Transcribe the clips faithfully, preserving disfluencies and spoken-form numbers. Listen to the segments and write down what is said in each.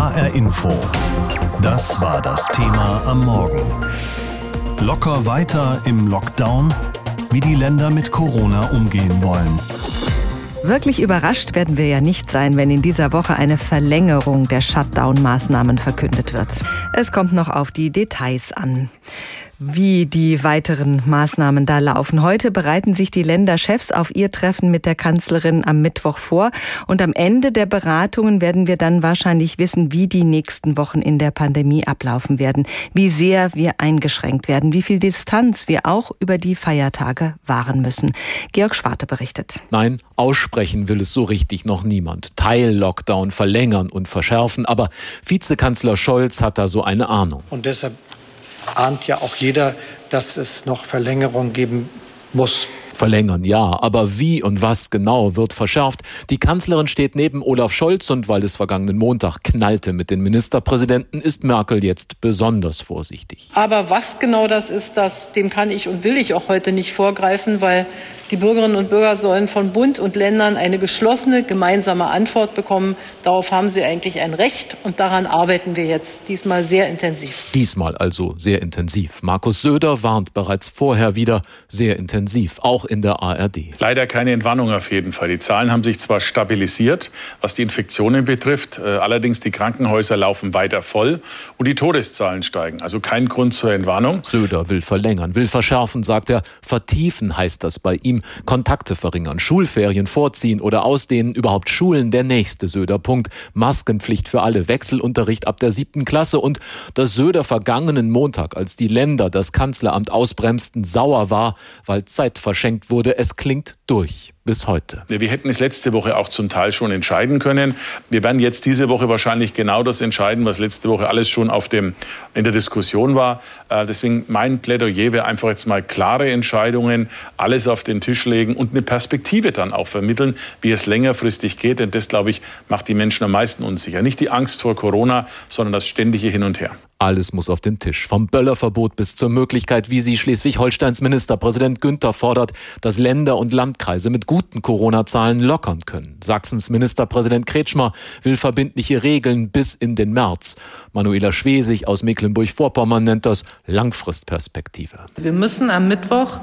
H R Info. Das war das Thema am Morgen. Locker weiter im Lockdown? Wie die Länder mit Corona umgehen wollen. Wirklich überrascht werden wir ja nicht sein, wenn in dieser Woche eine Verlängerung der Shutdown-Maßnahmen verkündet wird. Es kommt noch auf die Details an, wie die weiteren Maßnahmen da laufen. Heute bereiten sich die Länderchefs auf ihr Treffen mit der Kanzlerin am Mittwoch vor. Und am Ende der Beratungen werden wir dann wahrscheinlich wissen, wie die nächsten Wochen in der Pandemie ablaufen werden, wie sehr wir eingeschränkt werden, wie viel Distanz wir auch über die Feiertage wahren müssen. Georg Schwarte berichtet. Nein, aussprechen will es so richtig noch niemand. Teil-Lockdown verlängern und verschärfen. Aber Vizekanzler Scholz hat da so eine Ahnung. Und deshalb ahnt ja auch jeder, dass es noch Verlängerung geben muss. Verlängern, ja, aber wie und was genau wird verschärft? Die Kanzlerin steht neben Olaf Scholz und weil es vergangenen Montag knallte mit den Ministerpräsidenten, ist Merkel jetzt besonders vorsichtig. Aber was genau das ist, das, dem kann ich und will ich auch heute nicht vorgreifen, weil die Bürgerinnen und Bürger sollen von Bund und Ländern eine geschlossene gemeinsame Antwort bekommen. Darauf haben sie eigentlich ein Recht und daran arbeiten wir jetzt diesmal sehr intensiv. Diesmal also sehr intensiv. Markus Söder warnt bereits vorher wieder sehr intensiv, auch in der A R D. Leider keine Entwarnung auf jeden Fall. Die Zahlen haben sich zwar stabilisiert, was die Infektionen betrifft, äh, allerdings die Krankenhäuser laufen weiter voll und die Todeszahlen steigen. Also kein Grund zur Entwarnung. Söder will verlängern, will verschärfen, sagt er. Vertiefen heißt das bei ihm. Kontakte verringern, Schulferien vorziehen oder ausdehnen, überhaupt Schulen, der nächste Söder-Punkt. Maskenpflicht für alle, Wechselunterricht ab der siebten Klasse und dass Söder vergangenen Montag, als die Länder das Kanzleramt ausbremsten, sauer war, weil Zeit verschenkt wurde. Es klingt durch. Bis heute. Wir hätten es letzte Woche auch zum Teil schon entscheiden können. Wir werden jetzt diese Woche wahrscheinlich genau das entscheiden, was letzte Woche alles schon auf dem, in der Diskussion war. Äh, deswegen mein Plädoyer wäre einfach jetzt mal klare Entscheidungen, alles auf den Tisch legen und eine Perspektive dann auch vermitteln, wie es längerfristig geht. Denn das, glaube ich, macht die Menschen am meisten unsicher. Nicht die Angst vor Corona, sondern das ständige Hin und Her. Alles muss auf den Tisch. Vom Böllerverbot bis zur Möglichkeit, wie sie Schleswig-Holsteins Ministerpräsident Günther fordert, dass Länder und Landkreise mit guten Corona-Zahlen lockern können. Sachsens Ministerpräsident Kretschmer will verbindliche Regeln bis in den März. Manuela Schwesig aus Mecklenburg-Vorpommern nennt das Langfristperspektive. Wir müssen am Mittwoch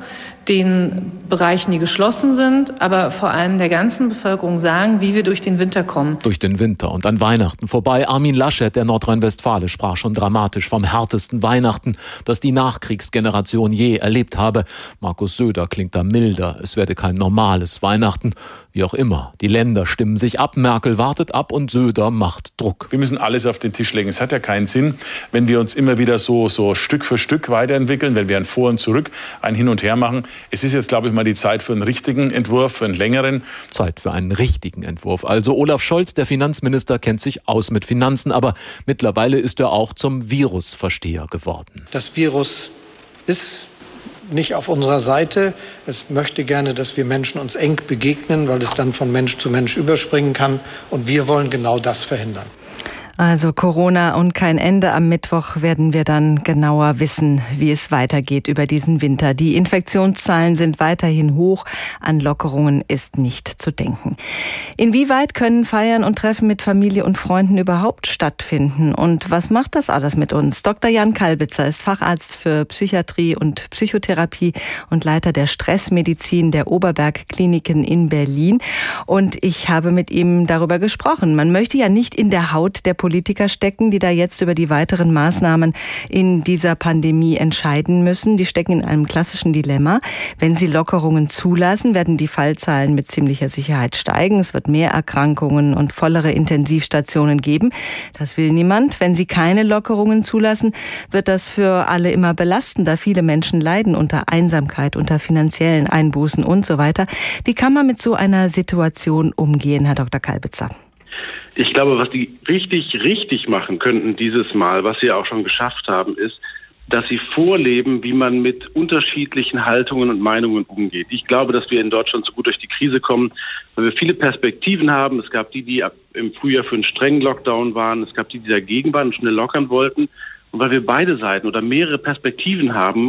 den Bereichen, die geschlossen sind, aber vor allem der ganzen Bevölkerung sagen, wie wir durch den Winter kommen. Durch den Winter und an Weihnachten vorbei. Armin Laschet, der Nordrhein-Westfale, sprach schon dramatisch vom härtesten Weihnachten, das die Nachkriegsgeneration je erlebt habe. Markus Söder klingt da milder. Es werde kein normales Weihnachten. Wie auch immer. Die Länder stimmen sich ab. Merkel wartet ab und Söder macht Druck. Wir müssen alles auf den Tisch legen. Es hat ja keinen Sinn, wenn wir uns immer wieder so, so Stück für Stück weiterentwickeln, wenn wir ein Vor und Zurück, ein Hin und Her machen. Es ist jetzt, glaube ich, mal die Zeit für einen richtigen Entwurf, für einen längeren. Zeit für einen richtigen Entwurf. Also Olaf Scholz, der Finanzminister, kennt sich aus mit Finanzen, aber mittlerweile ist er auch zum Virusversteher geworden. Das Virus ist nicht auf unserer Seite. Es möchte gerne, dass wir Menschen uns eng begegnen, weil es dann von Mensch zu Mensch überspringen kann. Und wir wollen genau das verhindern. Also Corona und kein Ende. Am Mittwoch werden wir dann genauer wissen, wie es weitergeht über diesen Winter. Die Infektionszahlen sind weiterhin hoch. An Lockerungen ist nicht zu denken. Inwieweit können Feiern und Treffen mit Familie und Freunden überhaupt stattfinden? Und was macht das alles mit uns? Doktor Jan Kalbitzer ist Facharzt für Psychiatrie und Psychotherapie und Leiter der Stressmedizin der Oberberg Kliniken in Berlin. Und ich habe mit ihm darüber gesprochen. Man möchte ja nicht in der Haut der Politiker stecken, die da jetzt über die weiteren Maßnahmen in dieser Pandemie entscheiden müssen. Die stecken in einem klassischen Dilemma. Wenn sie Lockerungen zulassen, werden die Fallzahlen mit ziemlicher Sicherheit steigen. Es wird mehr Erkrankungen und vollere Intensivstationen geben. Das will niemand. Wenn sie keine Lockerungen zulassen, wird das für alle immer belastender. Viele Menschen leiden unter Einsamkeit, unter finanziellen Einbußen und so weiter. Wie kann man mit so einer Situation umgehen, Herr Doktor Kalbitzer? Ich glaube, was die richtig, richtig machen könnten dieses Mal, was sie auch schon geschafft haben, ist, dass sie vorleben, wie man mit unterschiedlichen Haltungen und Meinungen umgeht. Ich glaube, dass wir in Deutschland so gut durch die Krise kommen, weil wir viele Perspektiven haben. Es gab die, die im Frühjahr für einen strengen Lockdown waren. Es gab die, die dagegen waren und schnell lockern wollten. Und weil wir beide Seiten oder mehrere Perspektiven haben,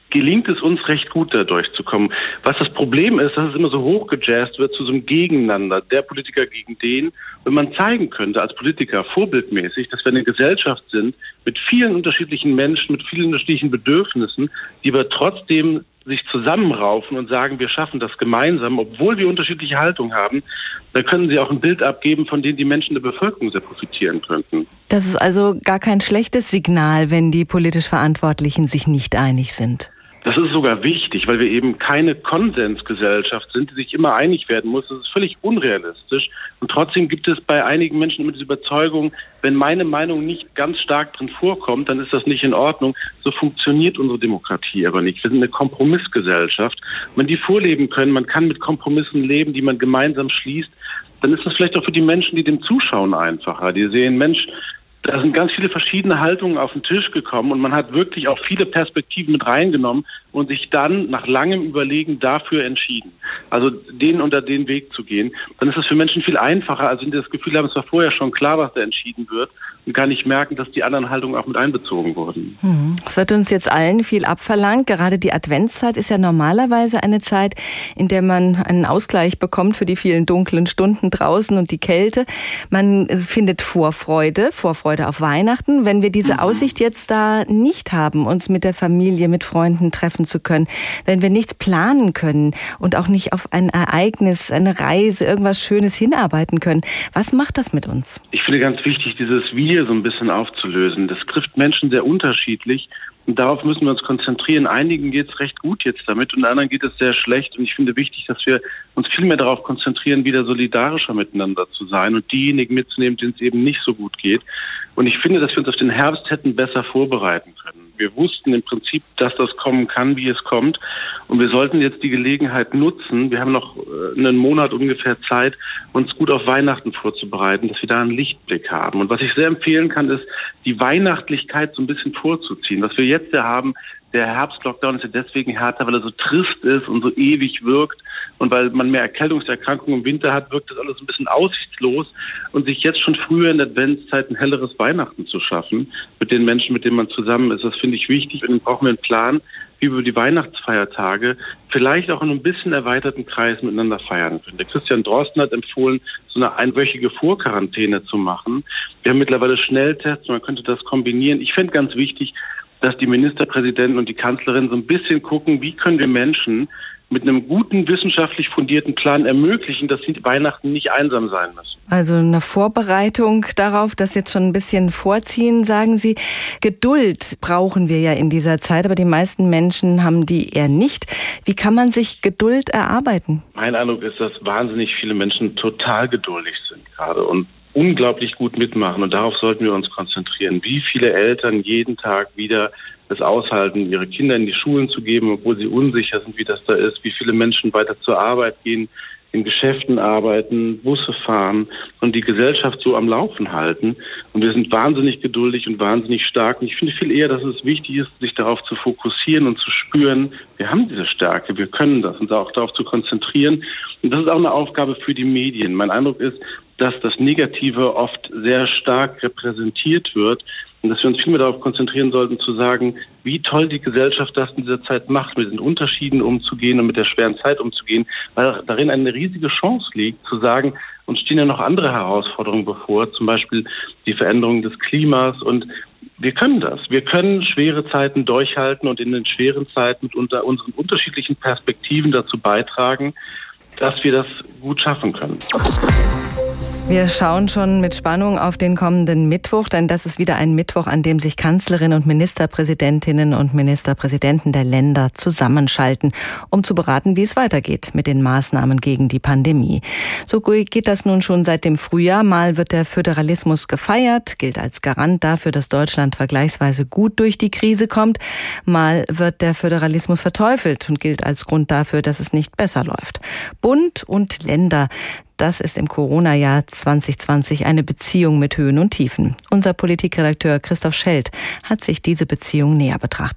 gelingt es uns recht gut, da durchzukommen. Was das Problem ist, dass es immer so hochgejazzt wird zu so einem Gegeneinander, der Politiker gegen den. Wenn man zeigen könnte als Politiker vorbildmäßig, dass wir eine Gesellschaft sind mit vielen unterschiedlichen Menschen, mit vielen unterschiedlichen Bedürfnissen, die aber trotzdem sich zusammenraufen und sagen, wir schaffen das gemeinsam, obwohl wir unterschiedliche Haltungen haben, dann können sie auch ein Bild abgeben, von dem die Menschen der Bevölkerung sehr profitieren könnten. Das ist also gar kein schlechtes Signal, wenn die politisch Verantwortlichen sich nicht einig sind. Das ist sogar wichtig, weil wir eben keine Konsensgesellschaft sind, die sich immer einig werden muss. Das ist völlig unrealistisch. Und trotzdem gibt es bei einigen Menschen immer diese Überzeugung, wenn meine Meinung nicht ganz stark drin vorkommt, dann ist das nicht in Ordnung. So funktioniert unsere Demokratie aber nicht. Wir sind eine Kompromissgesellschaft. Wenn die vorleben können, man kann mit Kompromissen leben, die man gemeinsam schließt, dann ist das vielleicht auch für die Menschen, die dem zuschauen, einfacher. Die sehen, Mensch, da sind ganz viele verschiedene Haltungen auf den Tisch gekommen und man hat wirklich auch viele Perspektiven mit reingenommen und sich dann nach langem Überlegen dafür entschieden. Also den unter den Weg zu gehen. Dann ist es für Menschen viel einfacher, als wenn die das Gefühl haben, es war vorher schon klar, was da entschieden wird und gar nicht merken, dass die anderen Haltungen auch mit einbezogen wurden. Es wird uns jetzt allen viel abverlangt. Gerade die Adventszeit ist ja normalerweise eine Zeit, in der man einen Ausgleich bekommt für die vielen dunklen Stunden draußen und die Kälte. Man findet Vorfreude, Vorfreude auf Weihnachten. Wenn wir diese Aussicht jetzt da nicht haben, uns mit der Familie, mit Freunden treffen zu können, wenn wir nichts planen können und auch nicht auf ein Ereignis, eine Reise, irgendwas Schönes hinarbeiten können, was macht das mit uns? Ich finde ganz wichtig, dieses Wir so ein bisschen aufzulösen. Das trifft Menschen sehr unterschiedlich. Und darauf müssen wir uns konzentrieren. Einigen geht es recht gut jetzt damit und anderen geht es sehr schlecht. Und ich finde wichtig, dass wir uns viel mehr darauf konzentrieren, wieder solidarischer miteinander zu sein und diejenigen mitzunehmen, denen es eben nicht so gut geht. Und ich finde, dass wir uns auf den Herbst hätten besser vorbereiten können. Wir wussten im Prinzip, dass das kommen kann, wie es kommt. Und wir sollten jetzt die Gelegenheit nutzen. Wir haben noch einen Monat ungefähr Zeit, uns gut auf Weihnachten vorzubereiten, dass wir da einen Lichtblick haben. Und was ich sehr empfehlen kann, ist, die Weihnachtlichkeit so ein bisschen vorzuziehen. Was wir jetzt ja haben, der Herbstlockdown ist ja deswegen härter, weil er so trist ist und so ewig wirkt. Und weil man mehr Erkältungserkrankungen im Winter hat, wirkt das alles ein bisschen aussichtslos. Und sich jetzt schon früher in der Adventszeit ein helleres Weihnachten zu schaffen, mit den Menschen, mit denen man zusammen ist, das finde ich wichtig. Und dann brauchen wir einen Plan, wie wir die Weihnachtsfeiertage vielleicht auch in einem bisschen erweiterten Kreis miteinander feiern können. Der Christian Drosten hat empfohlen, so eine einwöchige Vorquarantäne zu machen. Wir haben mittlerweile Schnelltests, man könnte das kombinieren. Ich fände ganz wichtig, dass die Ministerpräsidenten und die Kanzlerin so ein bisschen gucken, wie können wir Menschen mit einem guten, wissenschaftlich fundierten Plan ermöglichen, dass sie Weihnachten nicht einsam sein müssen. Also eine Vorbereitung darauf, das jetzt schon ein bisschen vorziehen, sagen Sie. Geduld brauchen wir ja in dieser Zeit, aber die meisten Menschen haben die eher nicht. Wie kann man sich Geduld erarbeiten? Mein Eindruck ist, dass wahnsinnig viele Menschen total geduldig sind gerade und unglaublich gut mitmachen. Und darauf sollten wir uns konzentrieren. Wie viele Eltern jeden Tag wieder es aushalten, ihre Kinder in die Schulen zu geben, obwohl sie unsicher sind, wie das da ist. Wie viele Menschen weiter zur Arbeit gehen, in Geschäften arbeiten, Busse fahren und die Gesellschaft so am Laufen halten. Und wir sind wahnsinnig geduldig und wahnsinnig stark. Und ich finde viel eher, dass es wichtig ist, sich darauf zu fokussieren und zu spüren, wir haben diese Stärke, wir können das, und auch darauf zu konzentrieren. Und das ist auch eine Aufgabe für die Medien. Mein Eindruck ist, dass das Negative oft sehr stark repräsentiert wird und dass wir uns viel mehr darauf konzentrieren sollten, zu sagen, wie toll die Gesellschaft das in dieser Zeit macht, mit den Unterschieden umzugehen und mit der schweren Zeit umzugehen, weil darin eine riesige Chance liegt, zu sagen, uns stehen ja noch andere Herausforderungen bevor, zum Beispiel die Veränderung des Klimas, und wir können das. Wir können schwere Zeiten durchhalten und in den schweren Zeiten mit unter unseren unterschiedlichen Perspektiven dazu beitragen, dass wir das gut schaffen können. Wir schauen schon mit Spannung auf den kommenden Mittwoch, denn das ist wieder ein Mittwoch, an dem sich Kanzlerinnen und Ministerpräsidentinnen und Ministerpräsidenten der Länder zusammenschalten, um zu beraten, wie es weitergeht mit den Maßnahmen gegen die Pandemie. So geht das nun schon seit dem Frühjahr. Mal wird der Föderalismus gefeiert, gilt als Garant dafür, dass Deutschland vergleichsweise gut durch die Krise kommt. Mal wird der Föderalismus verteufelt und gilt als Grund dafür, dass es nicht besser läuft. Bund und Länder, das ist im Corona-Jahr zwanzig zwanzig eine Beziehung mit Höhen und Tiefen. Unser Politikredakteur Christoph Schelt hat sich diese Beziehung näher betrachtet.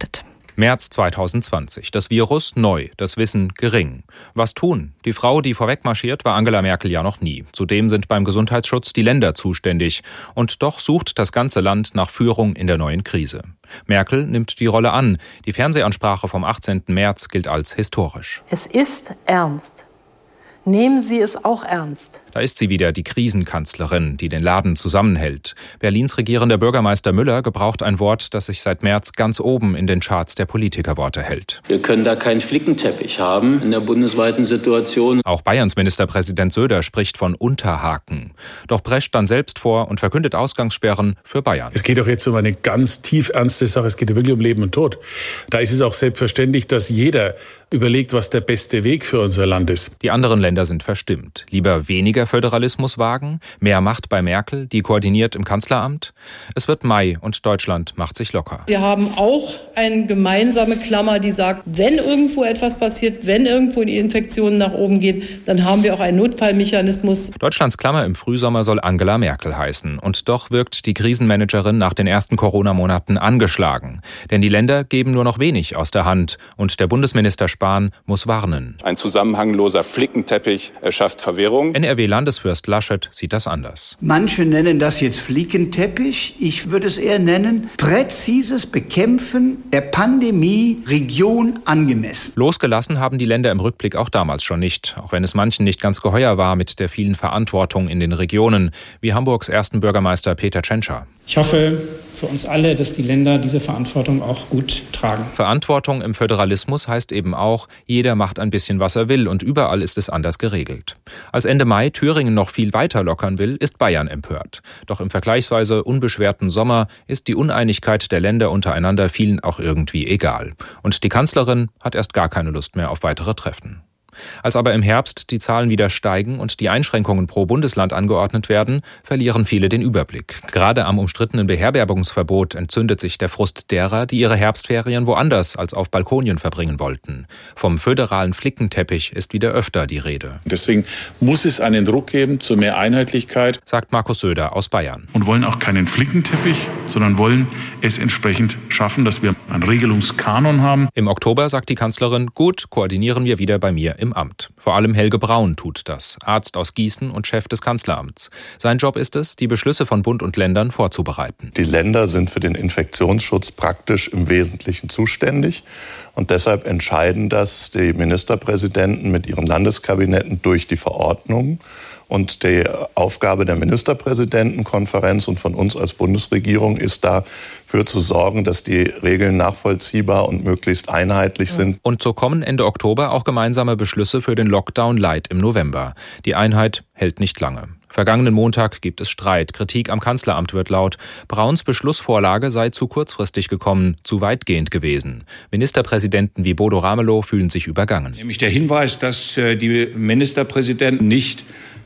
März zweitausendzwanzig. Das Virus neu, das Wissen gering. Was tun? Die Frau, die vorwegmarschiert, war Angela Merkel ja noch nie. Zudem sind beim Gesundheitsschutz die Länder zuständig. Und doch sucht das ganze Land nach Führung in der neuen Krise. Merkel nimmt die Rolle an. Die Fernsehansprache vom achtzehnten März gilt als historisch. Es ist ernst. Nehmen Sie es auch ernst. Da ist sie wieder, die Krisenkanzlerin, die den Laden zusammenhält. Berlins regierender Bürgermeister Müller gebraucht ein Wort, das sich seit März ganz oben in den Charts der Politikerworte hält. Wir können da keinen Flickenteppich haben in der bundesweiten Situation. Auch Bayerns Ministerpräsident Söder spricht von Unterhaken. Doch prescht dann selbst vor und verkündet Ausgangssperren für Bayern. Es geht doch jetzt um eine ganz tief ernste Sache. Es geht wirklich um Leben und Tod. Da ist es auch selbstverständlich, dass jeder überlegt, was der beste Weg für unser Land ist. Die anderen Länder sind verstimmt. Lieber weniger Föderalismus wagen, mehr Macht bei Merkel, die koordiniert im Kanzleramt. Es wird Mai und Deutschland macht sich locker. Wir haben auch eine gemeinsame Klammer, die sagt, wenn irgendwo etwas passiert, wenn irgendwo die Infektion nach oben geht, dann haben wir auch einen Notfallmechanismus. Deutschlands Klammer im Frühsommer soll Angela Merkel heißen. Und doch wirkt die Krisenmanagerin nach den ersten Corona-Monaten angeschlagen. Denn die Länder geben nur noch wenig aus der Hand. Und der Bundesminister Spahn muss warnen. Ein zusammenhangloser Flickenteppich schafft Verwirrung. N R W-Landesfürst Laschet sieht das anders. Manche nennen das jetzt Flickenteppich. Ich würde es eher nennen präzises Bekämpfen der Pandemie Region angemessen. Losgelassen haben die Länder im Rückblick auch damals schon nicht. Auch wenn es manchen nicht ganz geheuer war mit der vielen Verantwortung in den Regionen. Wie Hamburgs ersten Bürgermeister Peter Tschentscher. Ich hoffe für uns alle, dass die Länder diese Verantwortung auch gut tragen. Verantwortung im Föderalismus heißt eben auch, jeder macht ein bisschen, was er will und überall ist es anders geregelt. Als Ende Mai Thüringen noch viel weiter lockern will, ist Bayern empört. Doch im vergleichsweise unbeschwerten Sommer ist die Uneinigkeit der Länder untereinander vielen auch irgendwie egal. Und die Kanzlerin hat erst gar keine Lust mehr auf weitere Treffen. Als aber im Herbst die Zahlen wieder steigen und die Einschränkungen pro Bundesland angeordnet werden, verlieren viele den Überblick. Gerade am umstrittenen Beherbergungsverbot entzündet sich der Frust derer, die ihre Herbstferien woanders als auf Balkonien verbringen wollten. Vom föderalen Flickenteppich ist wieder öfter die Rede. Deswegen muss es einen Druck geben zu mehr Einheitlichkeit, sagt Markus Söder aus Bayern. Und wollen auch keinen Flickenteppich, sondern wollen es entsprechend schaffen, dass wir einen Regelungskanon haben. Im Oktober sagt die Kanzlerin, gut, koordinieren wir wieder bei mir im Amt. Vor allem Helge Braun tut das, Arzt aus Gießen und Chef des Kanzleramts. Sein Job ist es, die Beschlüsse von Bund und Ländern vorzubereiten. Die Länder sind für den Infektionsschutz praktisch im Wesentlichen zuständig. Und deshalb entscheiden das die Ministerpräsidenten mit ihren Landeskabinetten durch die Verordnungen. Und die Aufgabe der Ministerpräsidentenkonferenz und von uns als Bundesregierung ist dafür zu sorgen, dass die Regeln nachvollziehbar und möglichst einheitlich sind. Und so kommen Ende Oktober auch gemeinsame Beschlüsse für den Lockdown Light im November. Die Einheit hält nicht lange. Vergangenen Montag gibt es Streit. Kritik am Kanzleramt wird laut. Brauns Beschlussvorlage sei zu kurzfristig gekommen, zu weitgehend gewesen. Ministerpräsidenten wie Bodo Ramelow fühlen sich übergangen. Nämlich der Hinweis, dass die Ministerpräsidenten nicht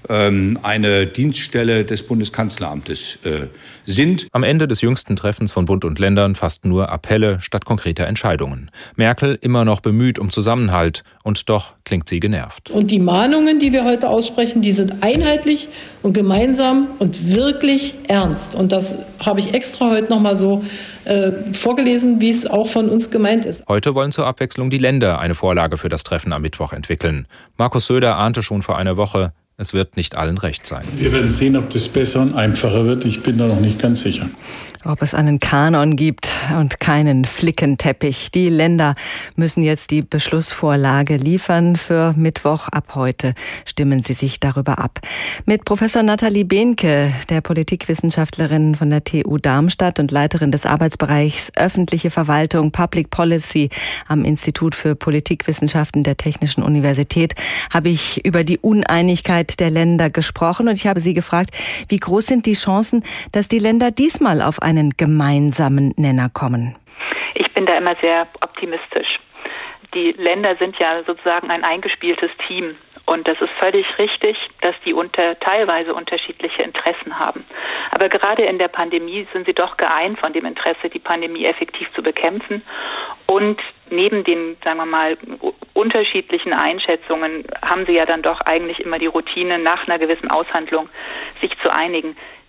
eine Dienststelle des Bundeskanzleramtes äh, sind. Am Ende des jüngsten Treffens von Bund und Ländern fast nur Appelle statt konkreter Entscheidungen. Merkel immer noch bemüht um Zusammenhalt und doch klingt sie genervt. Und die Mahnungen, die wir heute aussprechen, die sind einheitlich und gemeinsam und wirklich ernst. Und das habe ich extra heute noch mal so äh, vorgelesen, wie es auch von uns gemeint ist. Heute wollen zur Abwechslung die Länder eine Vorlage für das Treffen am Mittwoch entwickeln. Markus Söder ahnte schon vor einer Woche, es wird nicht allen recht sein. Wir werden sehen, ob das besser und einfacher wird. Ich bin da noch nicht ganz sicher. Ob es einen Kanon gibt und keinen Flickenteppich. Die Länder müssen jetzt die Beschlussvorlage liefern. Für Mittwoch ab heute stimmen sie sich darüber ab. Mit Professor Nathalie Behnke, der Politikwissenschaftlerin von der T U Darmstadt und Leiterin des Arbeitsbereichs Öffentliche Verwaltung, Public Policy am Institut für Politikwissenschaften der Technischen Universität, habe ich über die Uneinigkeit der Länder gesprochen. Und ich habe sie gefragt, wie groß sind die Chancen, dass die Länder diesmal auf einen gemeinsamen Nenner kommen? Ich bin da immer sehr optimistisch. Die Länder sind ja sozusagen ein eingespieltes Team. Und das ist völlig richtig, dass die unter, teilweise unterschiedliche Interessen haben. Aber gerade in der Pandemie sind sie doch geeint von dem Interesse, die Pandemie effektiv zu bekämpfen. Und neben den, sagen wir mal, unterschiedlichen Einschätzungen haben sie ja dann doch eigentlich immer die Routine, nach einer gewissen Aushandlung sich zu einigen.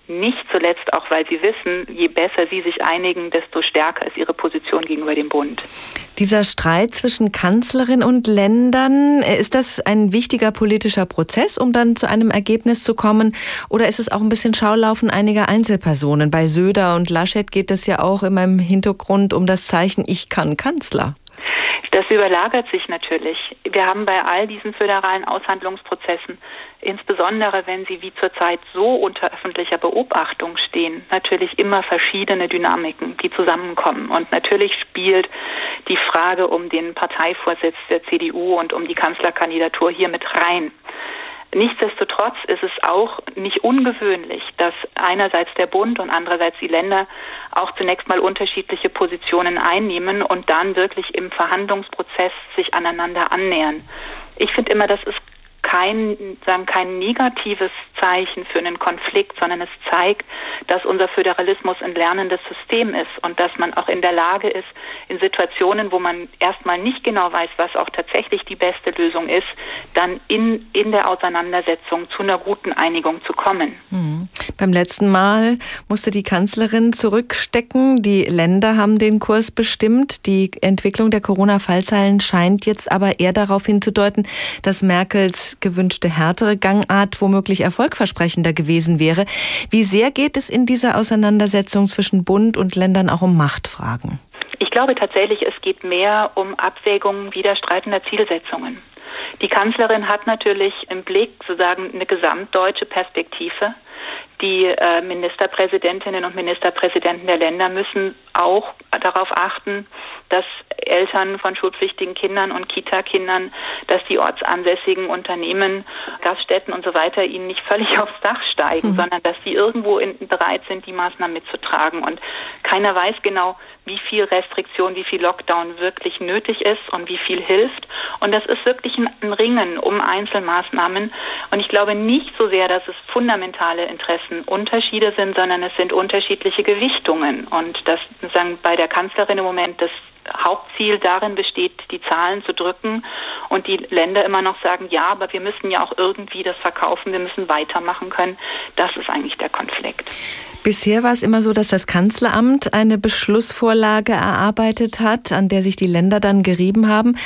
Nicht zuletzt auch, weil sie wissen, je besser sie sich einigen, desto stärker ist ihre Position gegenüber dem Bund. Dieser Streit zwischen Kanzlerin und Ländern, ist das ein wichtiger politischer Prozess, um dann zu einem Ergebnis zu kommen? Oder ist es auch ein bisschen Schaulaufen einiger Einzelpersonen? Bei Söder und Laschet geht es ja auch immer im Hintergrund um das Zeichen, ich kann Kanzler. Das überlagert sich natürlich. Wir haben bei all diesen föderalen Aushandlungsprozessen, insbesondere wenn sie wie zurzeit so unter öffentlicher Beobachtung stehen, natürlich immer verschiedene Dynamiken, die zusammenkommen. Und natürlich spielt die Frage um den Parteivorsitz der C D U und um die Kanzlerkandidatur hier mit rein. Nichtsdestotrotz ist es auch nicht ungewöhnlich, dass einerseits der Bund und andererseits die Länder auch zunächst mal unterschiedliche Positionen einnehmen und dann wirklich im Verhandlungsprozess sich aneinander annähern. Ich finde immer, das ist kein, sagen, kein negatives Zeichen für einen Konflikt, sondern es zeigt, dass unser Föderalismus ein lernendes System ist und dass man auch in der Lage ist, in Situationen, wo man erstmal nicht genau weiß, was auch tatsächlich die beste Lösung ist, dann in, in der Auseinandersetzung zu einer guten Einigung zu kommen. Mhm. Beim letzten Mal musste die Kanzlerin zurückstecken. Die Länder haben den Kurs bestimmt. Die Entwicklung der Corona-Fallzahlen scheint jetzt aber eher darauf hinzudeuten, dass Merkels gewünschte härtere Gangart womöglich erfolgversprechender gewesen wäre. Wie sehr geht es in dieser Auseinandersetzung zwischen Bund und Ländern auch um Machtfragen? Ich glaube tatsächlich, es geht mehr um Abwägungen widerstreitender Zielsetzungen. Die Kanzlerin hat natürlich im Blick sozusagen eine gesamtdeutsche Perspektive. Die äh, Ministerpräsidentinnen und Ministerpräsidenten der Länder müssen auch darauf achten, dass Eltern von schulpflichtigen Kindern und Kita-Kindern, dass die ortsansässigen Unternehmen, Gaststätten und so weiter ihnen nicht völlig aufs Dach steigen, mhm. sondern dass sie irgendwo in, bereit sind, die Maßnahmen mitzutragen. Und keiner weiß genau, wie viel Restriktion, wie viel Lockdown wirklich nötig ist und wie viel hilft. Und das ist wirklich ein, ein Ringen um Einzelmaßnahmen. Und ich glaube nicht so sehr, dass es fundamentale Interessenunterschiede sind, sondern es sind unterschiedliche Gewichtungen. Und das sagen bei der Kanzlerin im Moment das Hauptziel darin besteht, die Zahlen zu drücken und die Länder immer noch sagen, ja, aber wir müssen ja auch irgendwie das verkaufen, wir müssen weitermachen können. Das ist eigentlich der Konflikt. Bisher war es immer so, dass das Kanzleramt eine Beschlussvorlage erarbeitet hat, an der sich die Länder dann gerieben haben.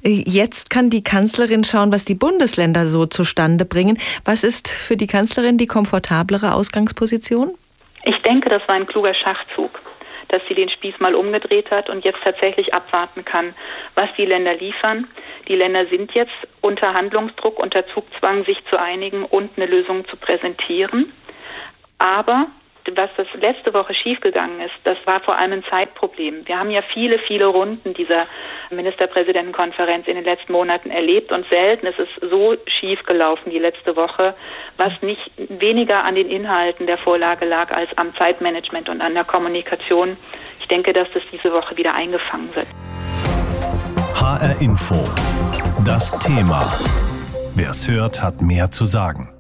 Jetzt kann die Kanzlerin schauen, was die Bundesländer so zustande bringen. Was ist für die Kanzlerin die komfortablere Ausgangsposition? Ich denke, das war ein kluger Schachzug, dass sie den Spieß mal umgedreht hat und jetzt tatsächlich abwarten kann, was die Länder liefern. Die Länder sind jetzt unter Handlungsdruck, unter Zugzwang, sich zu einigen und eine Lösung zu präsentieren. Aber was das letzte Woche schiefgegangen ist, das war vor allem ein Zeitproblem. Wir haben ja viele, viele Runden dieser Ministerpräsidentenkonferenz in den letzten Monaten erlebt und selten ist es so schief gelaufen die letzte Woche, was nicht weniger an den Inhalten der Vorlage lag als am Zeitmanagement und an der Kommunikation. Ich denke, dass das diese Woche wieder eingefangen wird. H R Info. Das Thema. Wer es hört, hat mehr zu sagen.